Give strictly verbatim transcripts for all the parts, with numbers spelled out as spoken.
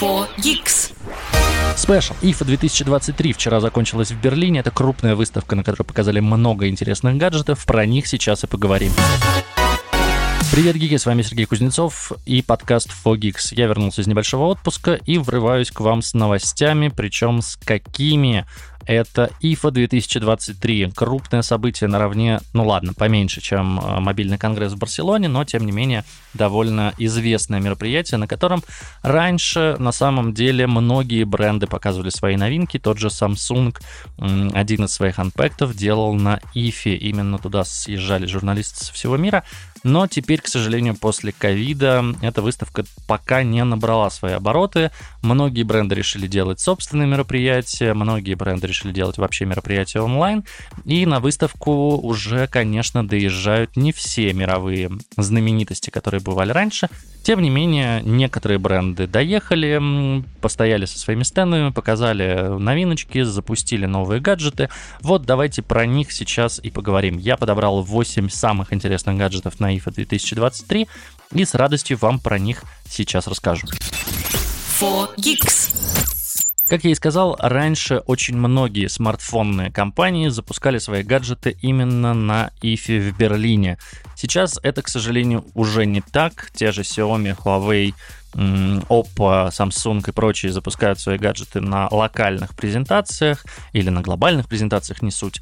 фор Geeks. Special ай эф эй две тысячи двадцать три вчера закончилась в Берлине. Это крупная выставка, на которой показали много интересных гаджетов. Про них сейчас и поговорим. Привет, гики, с вами Сергей Кузнецов и подкаст фор Geeks. Я вернулся из небольшого отпуска и врываюсь к вам с новостями, причем с какими? Это ай эф эй две тысячи двадцать три, крупное событие наравне, ну ладно, поменьше, чем мобильный конгресс в Барселоне, но тем не менее довольно известное мероприятие, на котором раньше на самом деле многие бренды показывали свои новинки. Тот же Samsung один из своих анпектов делал на ай эф эй, именно туда съезжали журналисты со всего мира. Но теперь, к сожалению, после ковида эта выставка пока не набрала свои обороты. Многие бренды решили делать собственные мероприятия, многие бренды решили делать вообще мероприятия онлайн. И на выставку уже, конечно, доезжают не все мировые знаменитости, которые бывали раньше. Тем не менее, некоторые бренды доехали, постояли со своими стендами, показали новиночки, запустили новые гаджеты. Вот давайте про них сейчас и поговорим. Я подобрал восемь самых интересных гаджетов на ай эф эй две тысячи двадцать три и с радостью вам про них сейчас расскажу. фор Geeks. Как я и сказал, раньше очень многие смартфонные компании запускали свои гаджеты именно на ай эф эй в Берлине. Сейчас это, к сожалению, уже не так. Те же Xiaomi, Huawei, Oppo, Samsung и прочие запускают свои гаджеты на локальных презентациях или на глобальных презентациях, не суть,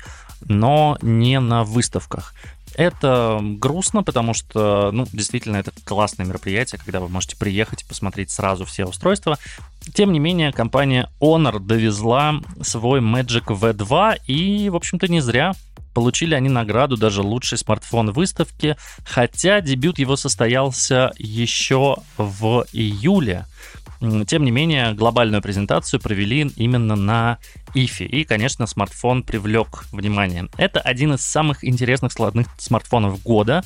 но не на выставках. Это грустно, потому что, ну, действительно, это классное мероприятие, когда вы можете приехать и посмотреть сразу все устройства. Тем не менее, компания Honor довезла свой Magic ви два, и, в общем-то, не зря. Получили они награду даже лучший смартфон выставки, хотя дебют его состоялся еще в июле. Тем не менее, глобальную презентацию провели именно на ай эф эй. И, конечно, смартфон привлек внимание. Это один из самых интересных складных смартфонов года,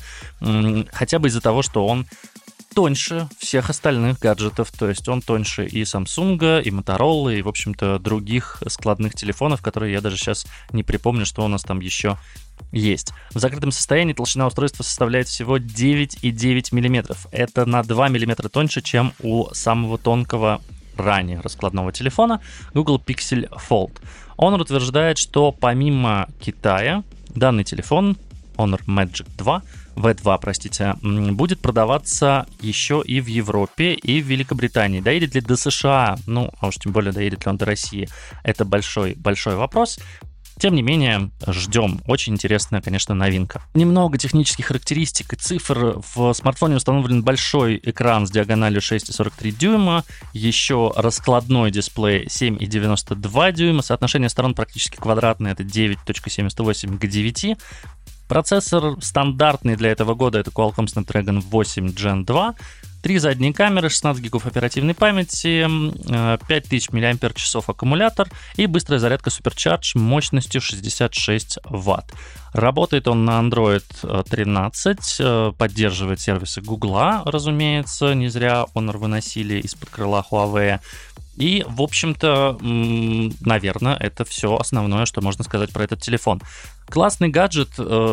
хотя бы из-за того, что он тоньше всех остальных гаджетов, то есть он тоньше и Samsung, и Motorola, и, в общем-то, других складных телефонов, которые я даже сейчас не припомню, что у нас там еще есть. В закрытом состоянии толщина устройства составляет всего девять и девять десятых миллиметра. Это на два миллиметра тоньше, чем у самого тонкого ранее раскладного телефона Google Pixel Fold. Honor утверждает, что помимо Китая данный телефон Honor Magic два, ви два, простите, будет продаваться еще и в Европе, и в Великобритании. Доедет ли до США? Ну, а уж тем более доедет ли он до России? Это большой-большой вопрос. Тем не менее, ждем. Очень интересная, конечно, новинка. Немного технических характеристик и цифр. В смартфоне установлен большой экран с диагональю шесть и сорок три дюйма, еще раскладной дисплей семь и девяносто два дюйма, соотношение сторон практически квадратное, это девять и семьдесят восемь к девяти. Процессор стандартный для этого года, это Qualcomm Snapdragon восемь джен два. Три задние камеры, шестнадцать гигов оперативной памяти, пять тысяч мАч аккумулятор и быстрая зарядка Supercharge мощностью шестьдесят шесть ватт. Работает он на Android тринадцать, поддерживает сервисы Google, разумеется, не зря Honor выносили из-под крыла Huawei. И, в общем-то, наверное, это все основное, что можно сказать про этот телефон. Классный гаджет,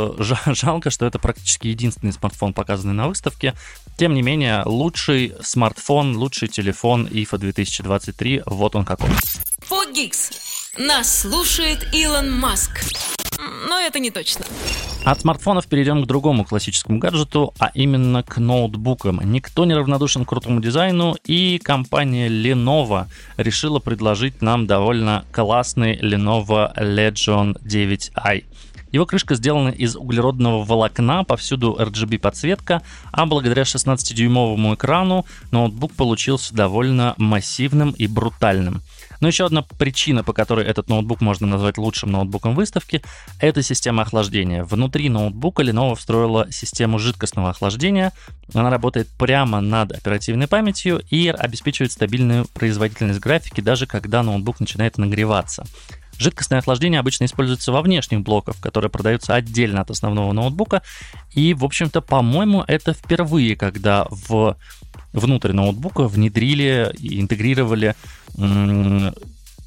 жалко, что это практически единственный смартфон, показанный на выставке. Тем не менее, лучший смартфон, лучший телефон ай эф эй две тысячи двадцать три, вот он какой. фор Geeks. Нас слушает Илон Маск. Но это не точно. От смартфонов перейдем к другому классическому гаджету, а именно к ноутбукам. Никто не равнодушен к крутому дизайну, и компания Lenovo решила предложить нам довольно классный Lenovo Legion девять ай. Его крышка сделана из углеродного волокна, повсюду эр джи би-подсветка, а благодаря шестнадцатидюймовому экрану ноутбук получился довольно массивным и брутальным. Но еще одна причина, по которой этот ноутбук можно назвать лучшим ноутбуком выставки, это система охлаждения. Внутри ноутбука Lenovo встроила систему жидкостного охлаждения. Она работает прямо над оперативной памятью и обеспечивает стабильную производительность графики, даже когда ноутбук начинает нагреваться. Жидкостное охлаждение обычно используется во внешних блоках, которые продаются отдельно от основного ноутбука. И, в общем-то, по-моему, это впервые, когда в внутрь ноутбука внедрили и интегрировали м-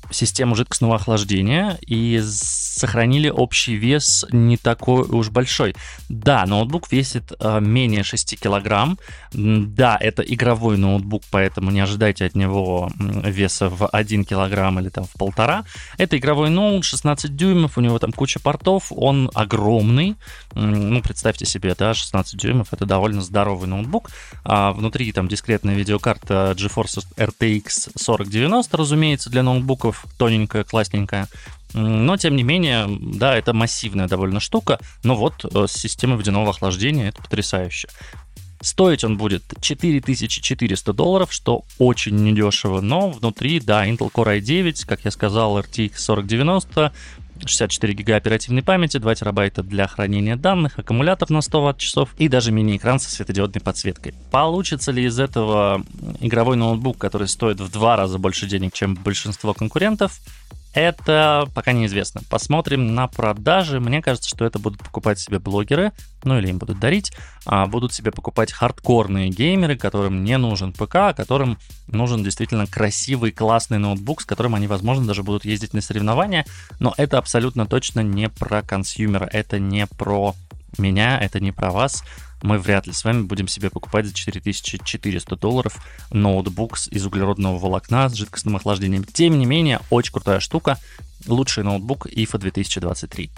систему жидкостного охлаждения и сохранили общий вес не такой уж большой. Да, ноутбук весит э, менее шести килограмм. Да, это игровой ноутбук, поэтому не ожидайте от него веса в один килограмм или там в полтора. Это игровой ноут, шестнадцать дюймов, у него там куча портов, он огромный. Ну, представьте себе, да, шестнадцать дюймов, это довольно здоровый ноутбук. А внутри там дискретная видеокарта GeForce эр ти икс сорок девяносто, разумеется, для ноутбуков, тоненькая, классненькая. Но, тем не менее, да, это массивная довольно штука, но вот с системой водяного охлаждения это потрясающе. Стоить он будет четыре тысячи четыреста долларов, что очень недешево, но внутри, да, Intel Core ай девять, как я сказал, эр ти икс сорок девяносто, шестьдесят четыре гига оперативной памяти, два терабайта для хранения данных, аккумулятор на сто ватт-часов и даже мини-экран со светодиодной подсветкой. Получится ли из этого игровой ноутбук, который стоит в два раза больше денег, чем большинство конкурентов? Это пока неизвестно. Посмотрим на продажи. Мне кажется, что это будут покупать себе блогеры, ну или им будут дарить, а будут себе покупать хардкорные геймеры, которым не нужен ПК, а которым нужен действительно красивый, классный ноутбук, с которым они, возможно, даже будут ездить на соревнования. Но это абсолютно точно не про консюмера, это не про меня, это не про вас. Мы вряд ли с вами будем себе покупать за четыре тысячи четыреста долларов ноутбук из углеродного волокна с жидкостным охлаждением. Тем не менее, очень крутая штука. Лучший ноутбук ай эф эй две тысячи двадцать три.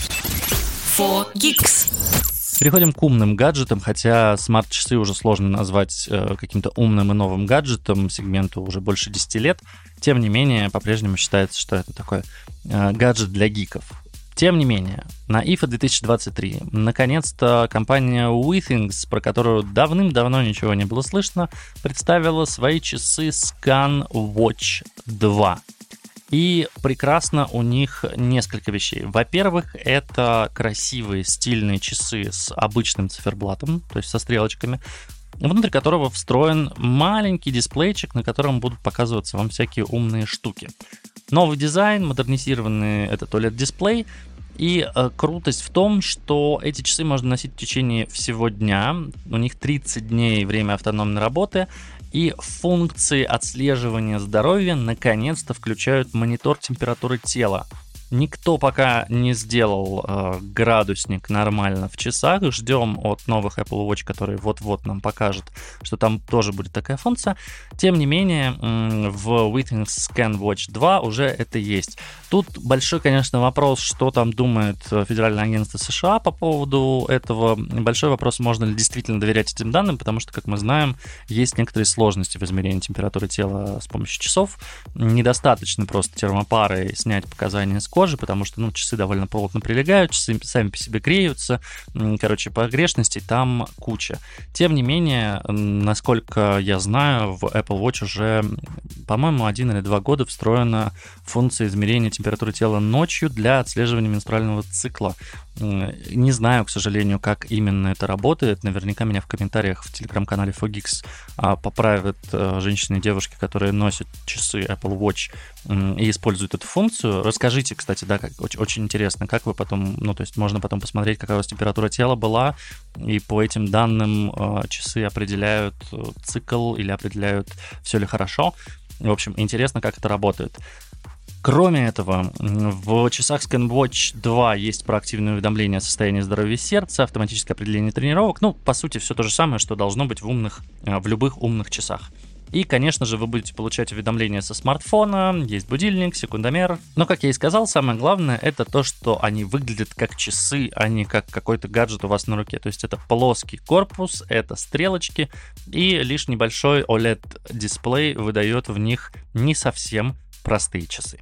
фор гикс. Переходим к умным гаджетам, хотя смарт-часы уже сложно назвать э, каким-то умным и новым гаджетом, сегменту уже больше десяти лет. Тем не менее, по-прежнему считается, что это такой э, гаджет для гиков. Тем не менее, на ай эф эй две тысячи двадцать три наконец-то компания Withings, про которую давным-давно ничего не было слышно, представила свои часы ScanWatch два. И прекрасно у них несколько вещей. Во-первых, это красивые стильные часы с обычным циферблатом, то есть со стрелочками, внутри которого встроен маленький дисплейчик, на котором будут показываться вам всякие умные штуки. Новый дизайн, модернизированный этот о лед-дисплей. И э, крутость в том, что эти часы можно носить в течение всего дня. У них тридцать дней время автономной работы. И функции отслеживания здоровья наконец-то включают монитор температуры тела. Никто пока не сделал э, градусник нормально в часах. Ждем от новых Apple Watch, которые вот-вот нам покажут, что там тоже будет такая функция. Тем не менее, э, в Withings ScanWatch два уже это есть. Тут большой, конечно, вопрос, что там думает Федеральное агентство США по поводу этого. Большой вопрос, можно ли действительно доверять этим данным, потому что, как мы знаем, есть некоторые сложности в измерении температуры тела с помощью часов. Недостаточно просто термопарой снять показания с кожи, потому что, ну, часы довольно плотно прилегают, часы сами по себе греются, короче, погрешностей там куча. Тем не менее, насколько я знаю, в Apple Watch уже, по-моему, один или два года встроена функция измерения температуры тела ночью для отслеживания менструального цикла. Не знаю, к сожалению, как именно это работает. Наверняка меня в комментариях в телеграм-канале фор гикс поправят женщины и девушки, которые носят часы Apple Watch и используют эту функцию. Расскажите, кстати, да, как, очень, очень интересно, как вы потом, ну, то есть можно потом посмотреть, какая у вас температура тела была, и по этим данным часы определяют цикл или определяют, все ли хорошо. В общем, интересно, как это работает. Кроме этого, в часах ScanWatch два есть проактивное уведомление о состоянии здоровья сердца, автоматическое определение тренировок. Ну, по сути, все то же самое, что должно быть в умных, в любых умных часах. И, конечно же, вы будете получать уведомления со смартфона, есть будильник, секундомер. Но, как я и сказал, самое главное это то, что они выглядят как часы, а не как какой-то гаджет у вас на руке. То есть это плоский корпус, это стрелочки, и лишь небольшой о лед-дисплей выдает в них не совсем простые часы.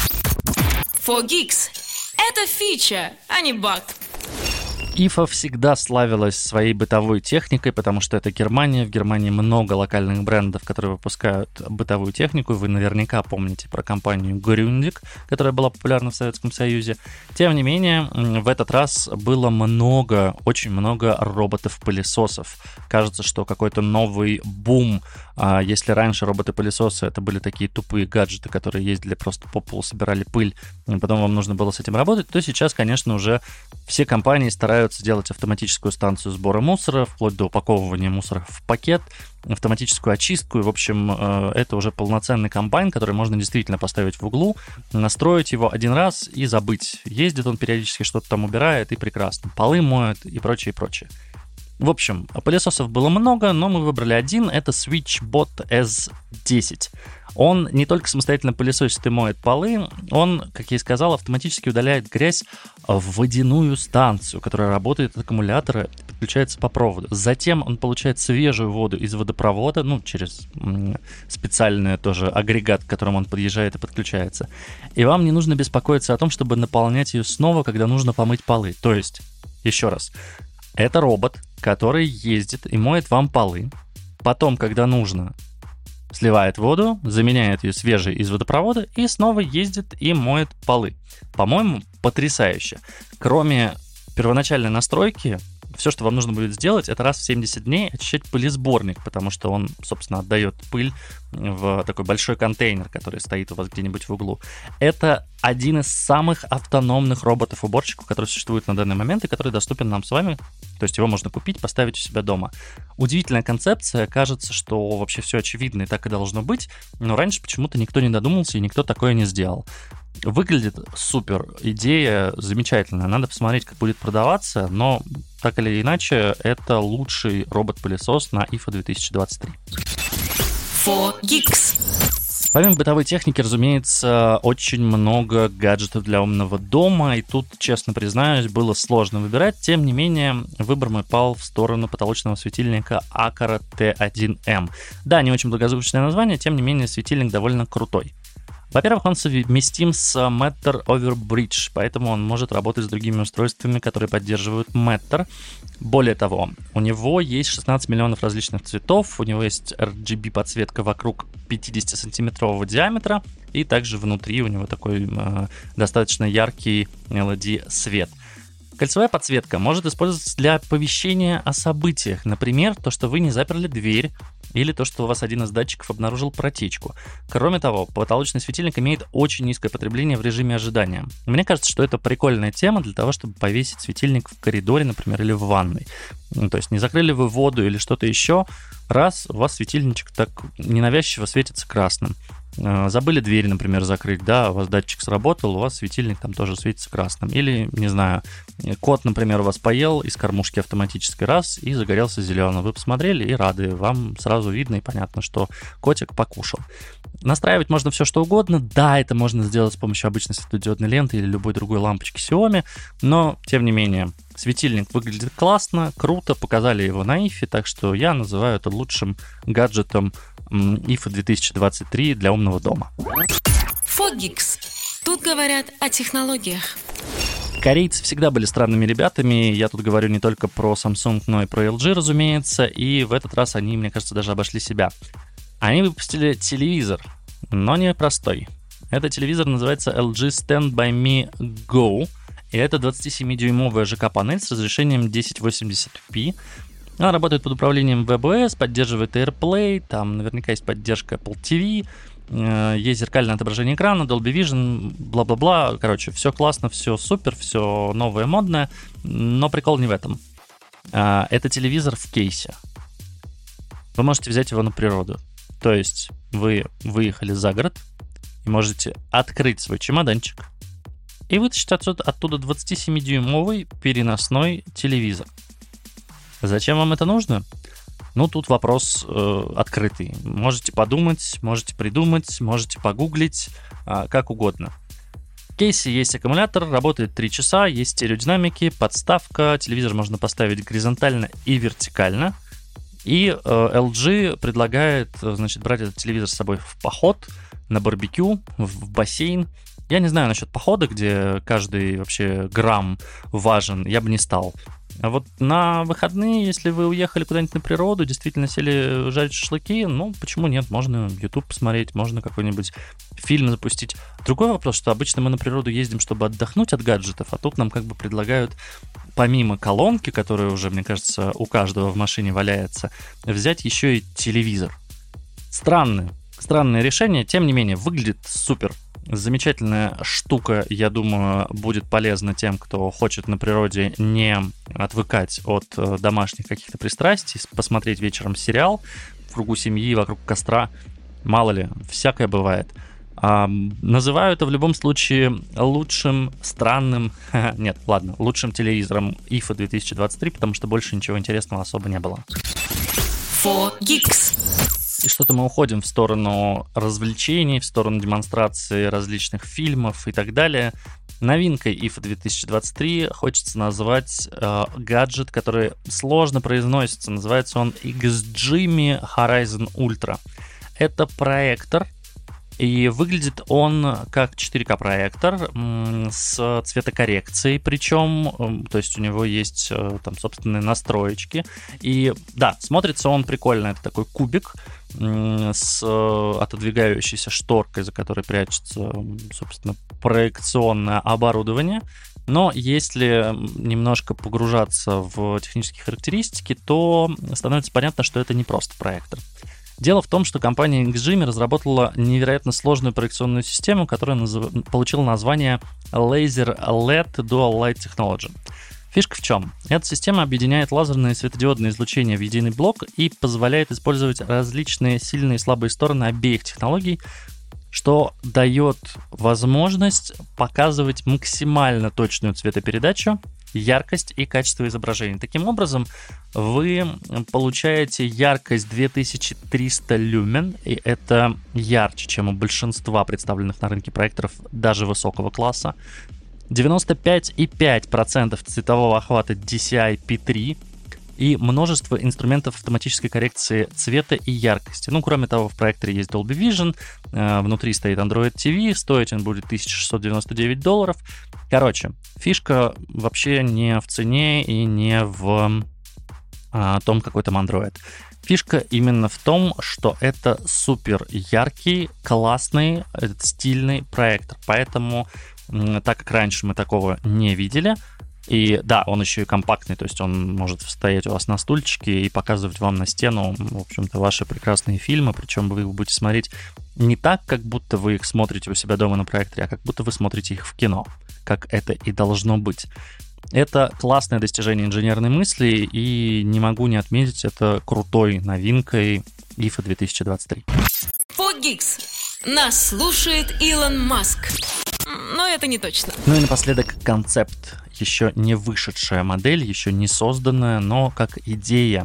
фор гикс. Это фича, а не баг. ай эф эй всегда славилась своей бытовой техникой, потому что это Германия. В Германии много локальных брендов, которые выпускают бытовую технику. Вы наверняка помните про компанию Grundig, которая была популярна в Советском Союзе. Тем не менее, в этот раз было много, очень много роботов-пылесосов. Кажется, что какой-то новый бум. Если раньше роботы-пылесосы это были такие тупые гаджеты, которые ездили просто по полу, собирали пыль, и потом вам нужно было с этим работать, то сейчас, конечно, уже все компании стараются пытаются делать автоматическую станцию сбора мусора, вплоть до упаковывания мусора в пакет, автоматическую очистку. И, в общем, это уже полноценный комбайн, который можно действительно поставить в углу, настроить его один раз и забыть. Ездит он периодически, что-то там убирает, и прекрасно. Полы моет и прочее, и прочее. В общем, пылесосов было много, но мы выбрали один. Это SwitchBot эс десять. Он не только самостоятельно пылесосит и моет полы, он, как я и сказал, автоматически удаляет грязь в водяную станцию, которая работает от аккумулятора и подключается по проводу. Затем он получает свежую воду из водопровода, ну, через специальный тоже агрегат, к которому он подъезжает и подключается. И вам не нужно беспокоиться о том, чтобы наполнять ее снова, когда нужно помыть полы. То есть, еще раз, это робот, который ездит и моет вам полы. Потом, когда нужно, сливает воду, заменяет ее свежей из водопровода и снова ездит и моет полы. По-моему, потрясающе. Кроме первоначальной настройки, все, что вам нужно будет сделать, это раз в семьдесят дней очищать пылесборник, потому что он, собственно, отдает пыль в такой большой контейнер, который стоит у вас где-нибудь в углу. Это один из самых автономных роботов-уборщиков, который существует на данный момент и который доступен нам с вами. То есть его можно купить, поставить у себя дома. Удивительная концепция. Кажется, что вообще все очевидно и так и должно быть, но раньше почему-то никто не додумался и никто такое не сделал. Выглядит супер, идея замечательная, надо посмотреть, как будет продаваться, но так или иначе, это лучший робот-пылесос на ай эф эй две тысячи двадцать три. фор гикс. Помимо бытовой техники, разумеется, очень много гаджетов для умного дома, и тут, честно признаюсь, было сложно выбирать. Тем не менее, выбор мой пал в сторону потолочного светильника Aqara ти один эм. Да, не очень благозвучное название, тем не менее, светильник довольно крутой. Во-первых, он совместим с Matter over Bridge, поэтому он может работать с другими устройствами, которые поддерживают Matter. Более того, у него есть шестнадцать миллионов различных цветов, у него есть эр джи би-подсветка вокруг пятидесятисантиметрового диаметра, и также внутри у него такой э, достаточно яркий эл и ди-свет. Кольцевая подсветка может использоваться для оповещения о событиях. Например, то, что вы не заперли дверь, или то, что у вас один из датчиков обнаружил протечку. Кроме того, потолочный светильник имеет очень низкое потребление в режиме ожидания. Мне кажется, что это прикольная тема для того, чтобы повесить светильник в коридоре, например, или в ванной. Ну, то есть не закрыли вы воду или что-то еще, раз, у вас светильничек так ненавязчиво светится красным. Забыли дверь, например, закрыть, да, у вас датчик сработал, у вас светильник там тоже светится красным. Или, не знаю, кот, например, у вас поел из кормушки автоматической раз и загорелся зеленым. Вы посмотрели и рады, вам сразу видно и понятно, что котик покушал. Настраивать можно все, что угодно. Да, это можно сделать с помощью обычной светодиодной ленты или любой другой лампочки Xiaomi, но, тем не менее, светильник выглядит классно, круто, показали его на ай эф эй, так что я называю это лучшим гаджетом ай эф эй две тысячи двадцать три для умного дома. фор гикс. Тут говорят о технологиях. Корейцы всегда были странными ребятами, я тут говорю не только про Samsung, но и про эл джи, разумеется, и в этот раз они, мне кажется, даже обошли себя. Они выпустили телевизор, но не простой. Этот телевизор называется эл джи Stand By Me Go, и это двадцатисемидюймовая жэ ка-панель с разрешением тысяча восемьдесят пи. Она работает под управлением ви би эс, поддерживает AirPlay, там наверняка есть поддержка Apple ти ви, есть зеркальное отображение экрана, Dolby Vision, бла-бла-бла. Короче, все классно, все супер, все новое, модное, но прикол не в этом. Это телевизор в кейсе. Вы можете взять его на природу. То есть вы выехали за город и можете открыть свой чемоданчик и вытащить отсюда, оттуда двадцатисемидюймовый переносной телевизор. Зачем вам это нужно? Ну, тут вопрос э, открытый. Можете подумать, можете придумать, можете погуглить, э, как угодно. В кейсе есть аккумулятор, работает три часа, есть стереодинамики, подставка, телевизор можно поставить горизонтально и вертикально. И э, эл джи предлагает, значит, брать этот телевизор с собой в поход, на барбекю, в бассейн. Я не знаю насчет похода, где каждый вообще грамм важен, я бы не стал. А вот на выходные, если вы уехали куда-нибудь на природу, действительно сели жарить шашлыки, ну, почему нет? Можно YouTube посмотреть, можно какой-нибудь фильм запустить. Другой вопрос, что обычно мы на природу ездим, чтобы отдохнуть от гаджетов, а тут нам как бы предлагают, помимо колонки, которая уже, мне кажется, у каждого в машине валяется, взять еще и телевизор. Странное, странное решение, тем не менее, выглядит супер. Замечательная штука, я думаю, будет полезна тем, кто хочет на природе не отвыкать от домашних каких-то пристрастий, посмотреть вечером сериал в кругу семьи, вокруг костра. Мало ли, всякое бывает. А, называю это в любом случае лучшим странным... Нет, ладно, лучшим телевизором ай эф эй две тысячи двадцать три, потому что больше ничего интересного особо не было. фор гикс. И что-то мы уходим в сторону развлечений, в сторону демонстрации различных фильмов и так далее. Новинкой ай эф эй две тысячи двадцать три хочется назвать э, гаджет, который сложно произносится. Называется он икс джи эм и Horizon Ultra. Это проектор, и выглядит он как четыре ка проектор с цветокоррекцией, причем, то есть у него есть там собственные настроечки. И да, смотрится он прикольно, это такой кубик с отодвигающейся шторкой, за которой прячется, собственно, проекционное оборудование. Но если немножко погружаться в технические характеристики, то становится понятно, что это не просто проектор. Дело в том, что компания икс джи эм и разработала невероятно сложную проекционную систему, которая назв... получила название Laser эл и ди Dual Light Technology. Фишка в чем? Эта система объединяет лазерное и светодиодное излучение в единый блок и позволяет использовать различные сильные и слабые стороны обеих технологий, что дает возможность показывать максимально точную цветопередачу, яркость и качество изображения. Таким образом, вы получаете яркость две тысячи триста люмен, и это ярче, чем у большинства представленных на рынке проекторов даже высокого класса. девяносто пять и пять десятых процента цветового охвата ди си ай пи три и множество инструментов автоматической коррекции цвета и яркости. Ну, кроме того, в проекторе есть Dolby Vision, э, внутри стоит Android ти ви, стоить он будет тысяча шестьсот девяносто девять долларов. Короче, фишка вообще не в цене и не в э, том, какой там Android. Фишка именно в том, что это супер яркий, классный, стильный проектор. Поэтому, э, так как раньше мы такого не видели, и да, он еще и компактный, то есть он может стоять у вас на стульчике и показывать вам на стену, в общем-то, ваши прекрасные фильмы, причем вы их будете смотреть не так, как будто вы их смотрите у себя дома на проекторе, а как будто вы смотрите их в кино, как это и должно быть. Это классное достижение инженерной мысли, и не могу не отметить это крутой новинкой ай эф эй две тысячи двадцать три. фор гикс. Нас слушает Илон Маск. Но это не точно. Ну и напоследок концепт. Еще не вышедшая модель, еще не созданная, но как идея.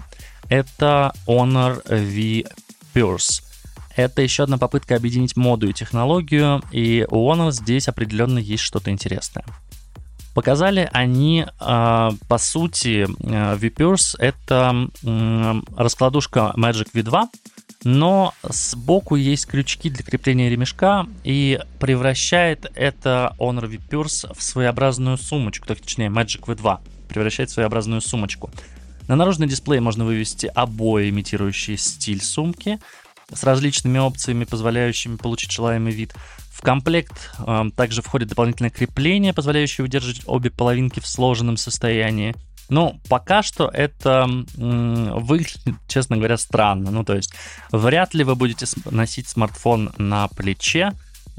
Это Honor ви Pulse. Это еще одна попытка объединить моду и технологию, и у Honor здесь определенно есть что-то интересное. Показали они, по сути, ви Pulse — это раскладушка Magic ви два, но сбоку есть крючки для крепления ремешка, и превращает это Honor ви Pulse в своеобразную сумочку, точнее Magic ви два превращает в своеобразную сумочку. На наружный дисплей можно вывести обои, имитирующие стиль сумки, с различными опциями, позволяющими получить желаемый вид. В комплект э, также входит дополнительное крепление, позволяющее удерживать обе половинки в сложенном состоянии. Ну, пока что это м, выглядит, честно говоря, странно. Ну, то есть, вряд ли вы будете носить смартфон на плече,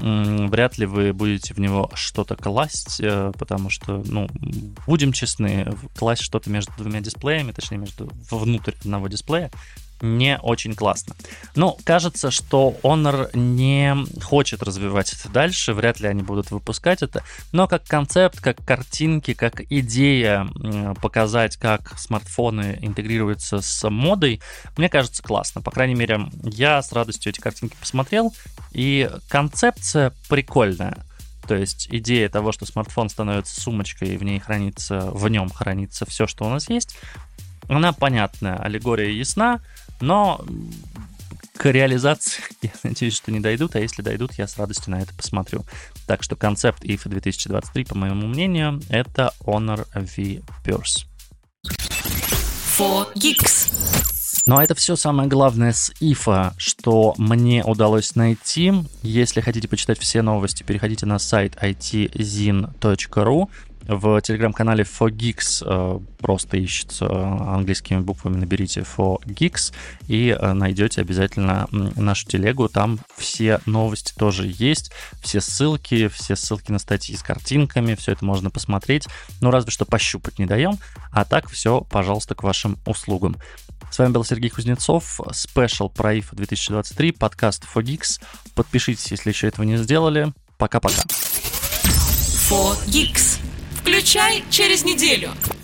м, вряд ли вы будете в него что-то класть, э, потому что, ну, будем честны, класть что-то между двумя дисплеями, точнее, между внутрь одного дисплея, не очень классно. Но кажется, что Honor не хочет развивать это дальше, вряд ли они будут выпускать это, но как концепт, как картинки, как идея показать, как смартфоны интегрируются с модой, мне кажется, классно. По крайней мере, я с радостью эти картинки посмотрел, и концепция прикольная. То есть идея того, что смартфон становится сумочкой, и в ней хранится, в нем хранится все, что у нас есть, она понятная, аллегория ясна, но к реализации, я надеюсь, что не дойдут, а если дойдут, я с радостью на это посмотрю. Так что концепт ай эф эй две тысячи двадцать три, по моему мнению, это Honor ви Pulse. фор гикс. Ну а это все самое главное с ай эф эй, что мне удалось найти. Если хотите почитать все новости, переходите на сайт ай ти зин точка ру. В телеграм-канале фор гикс просто ищется английскими буквами, наберите фор гикс и найдете обязательно нашу телегу. Там все новости тоже есть, все ссылки, все ссылки на статьи с картинками, все это можно посмотреть. Ну, разве что пощупать не даем, а так все, пожалуйста, к вашим услугам. С вами был Сергей Кузнецов, спешл про ай эф эй две тысячи двадцать три, подкаст фор гикс. Подпишитесь, если еще этого не сделали. Пока-пока. фор гикс. Включай через неделю.